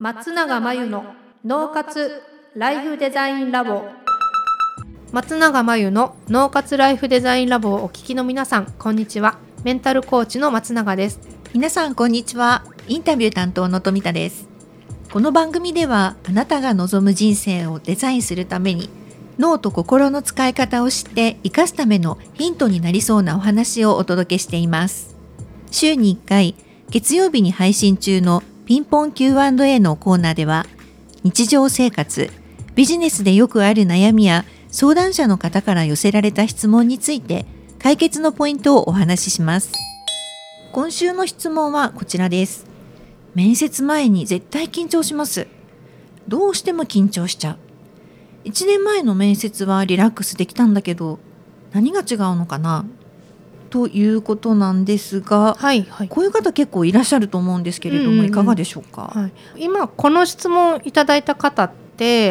松永真由の脳活ライフデザインラボ。松永真由の脳活ライフデザインラボをお聞きの皆さん、こんにちは。メンタルコーチの松永です。 皆さんこんにちは。インタビュー担当の富田です。この番組ではあなたが望む人生をデザインするために脳と心の使い方を知って生かすためのヒントになりそうなお話をお届けしています。週に1回月曜日に配信中のピンポン Q&A のコーナーでは、日常生活、ビジネスでよくある悩みや相談者の方から寄せられた質問について解決のポイントをお話しします。今週の質問はこちらです。面接前に絶対緊張します。どうしても緊張しちゃう。1年前の面接はリラックスできたんだけど、何が違うのかなということなんですが、 はいはい、 こういう方結構いらっしゃると思うんですけれども、いかがでしょうか。 はい、今この質問いただいた方って、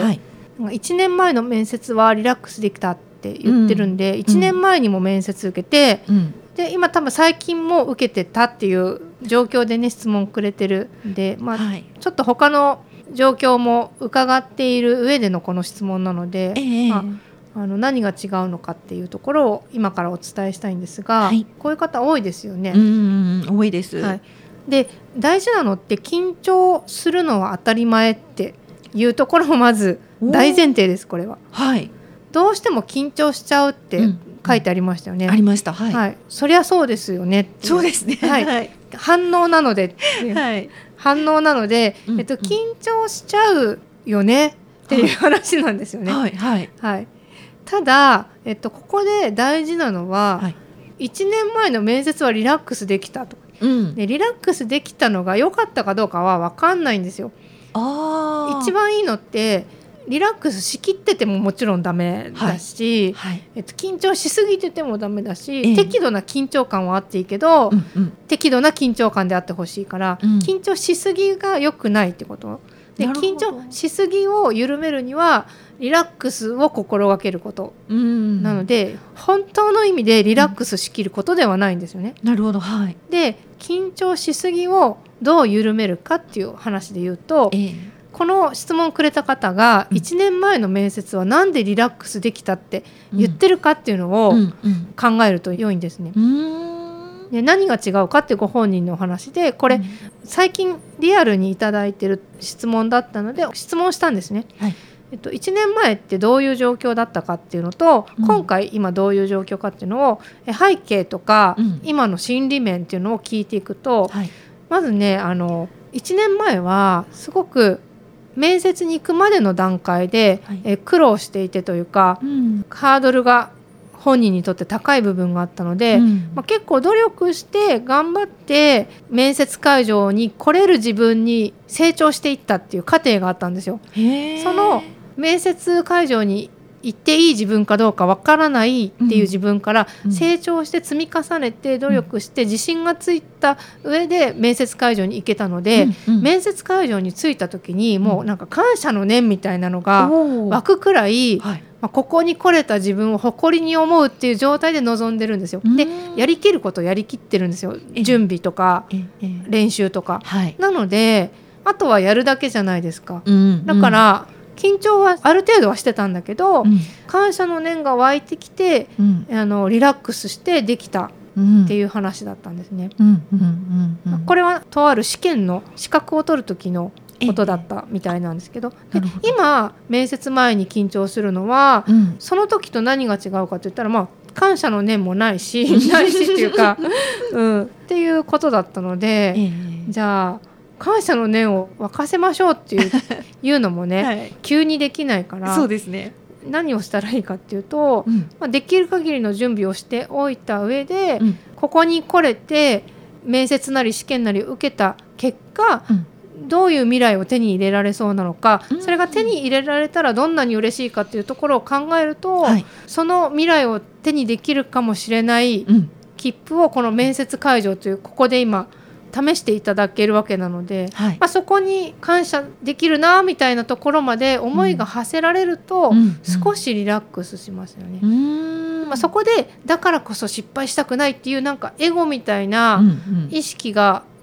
はい、1年前の面接はリラックスできたって言ってるんで、1年前にも面接受けて、で今多分最近も受けてたっていう状況でね、質問くれてるんで、ちょっと他の状況も伺っている上でのこの質問なので、何が違うのかっていうところを今からお伝えしたいんですが、こういう方多いですよね。 多いです、 で大事なのって緊張するのは当たり前っていうところもまず大前提です。これは、どうしても緊張しちゃうって書いてありましたよね。 ありました。 そりゃそうですよねって。 そうですね。 反応なので、反応なので、緊張しちゃうよねっていう話なんですよね。ただ、ここで大事なのは、1年前の面接はリラックスできたと、でリラックスできたのが良かったかどうかは分かんないんですよ。一番いいのってリラックスしきっててももちろんダメだし、緊張しすぎててもダメだし、適度な緊張感はあっていいけど、適度な緊張感であってほしいから、緊張しすぎが良くないってことで、緊張しすぎを緩めるにはリラックスを心がけることなので、本当の意味でリラックスしきることではないんですよね。 なるほど。 で緊張しすぎをどう緩めるかっていう話で言うと、この質問をくれた方が1年前の面接はなんでリラックスできたって言ってるかっていうのを考えると良いんですね。で何が違うかってご本人のお話で、これ最近リアルにいただいてる質問だったので質問したんですね。1年前ってどういう状況だったかっていうのと、今回今どういう状況かっていうのを背景とか、今の心理面っていうのを聞いていくと、まずね、1年前はすごく面接に行くまでの段階で、苦労していてというか、ハードルが本人にとって高い部分があったので、結構努力して頑張って面接会場に来れる自分に成長していったっていう過程があったんですよ。その面接会場に行っていい自分かどうかわからないっていう自分から成長して積み重ねて努力して自信がついた上で面接会場に行けたので、面接会場に着いた時にもうなんか感謝の念みたいなのが湧くくらい、ここに来れた自分を誇りに思うっていう状態で臨んでるんですよ。でやりきることをやりきってるんですよ。準備とか練習とか、なのであとはやるだけじゃないですか。だから緊張はある程度はしてたんだけど、感謝の念が湧いてきて、リラックスしてできたっていう話だったんですね。これはとある試験の資格を取る時のことだったみたいなんですけど、で今面接前に緊張するのは、その時と何が違うかといったら、感謝の念もないしっていうか、っていうことだったので、じゃあ感謝の念を沸かせましょうっていうのもね、急にできないから、何をしたらいいかっていうと、できる限りの準備をしておいた上で、ここに来れて面接なり試験なり受けた結果、どういう未来を手に入れられそうなのか、それが手に入れられたらどんなに嬉しいかっていうところを考えると、その未来を手にできるかもしれない切符をこの面接会場というここで今試していただけるわけなので、そこに感謝できるなみたいなところまで思いが馳せられると、少しリラックスしますよね。そこでだからこそ失敗したくないっていうなんかエゴみたいな意識が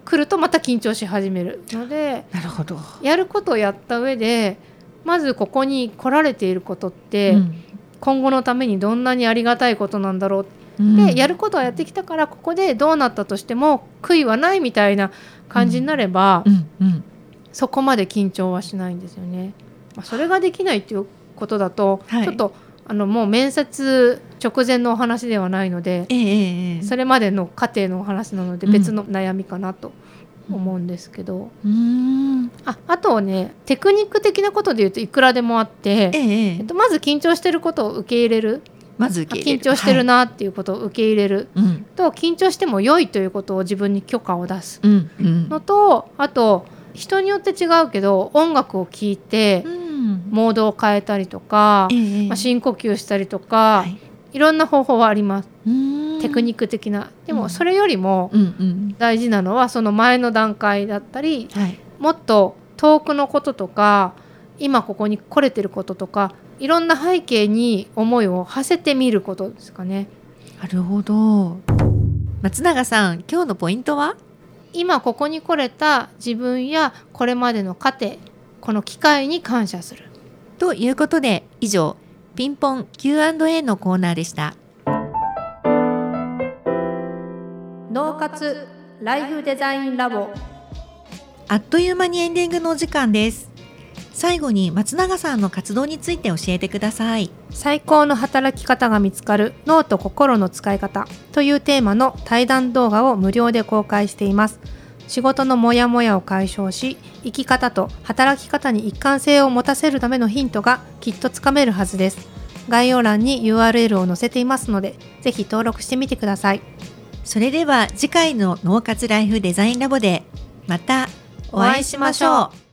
来るとまた緊張し始めるので、 なるほど。 やることをやった上でまずここに来られていることって、今後のためにどんなにありがたいことなんだろう、でやることはやってきたから、ここでどうなったとしても悔いはないみたいな感じになれば、そこまで緊張はしないんですよね。それができないっていうことだと、ちょっともう面接直前のお話ではないので、それまでの過程のお話なので別の悩みかなと思うんですけど、あとね、テクニック的なことで言うといくらでもあって、まず緊張してることを受け入れる、緊張してるなっていうことを受け入れる、と緊張しても良いということを自分に許可を出すのと、あと人によって違うけど音楽を聴いてモードを変えたりとか、深呼吸したりとか、いろんな方法はあります。テクニック的な。でもそれよりも大事なのはその前の段階だったり、もっと遠くのこととか今ここに来れてることとか、いろんな背景に思いを馳せてみることですかね。 なるほど。松永さん、今日のポイントは？ 今ここに来れた自分やこれまでの過程、この機会に感謝する。 ということで、以上ピンポン Q&A のコーナーでした。 脳活ライフデザインラボ。 あっという間にエンディングのお時間です。最後に松永さんの活動について教えてください。 最高の働き方が見つかる脳と心の使い方というテーマの対談動画を無料で公開しています。仕事のモヤモヤを解消し、生き方と働き方に一貫性を持たせるためのヒントがきっとつかめるはずです。概要欄に URL を載せていますので、ぜひ登録してみてください。 それでは次回の脳活ライフデザインラボでまたお会いしましょう。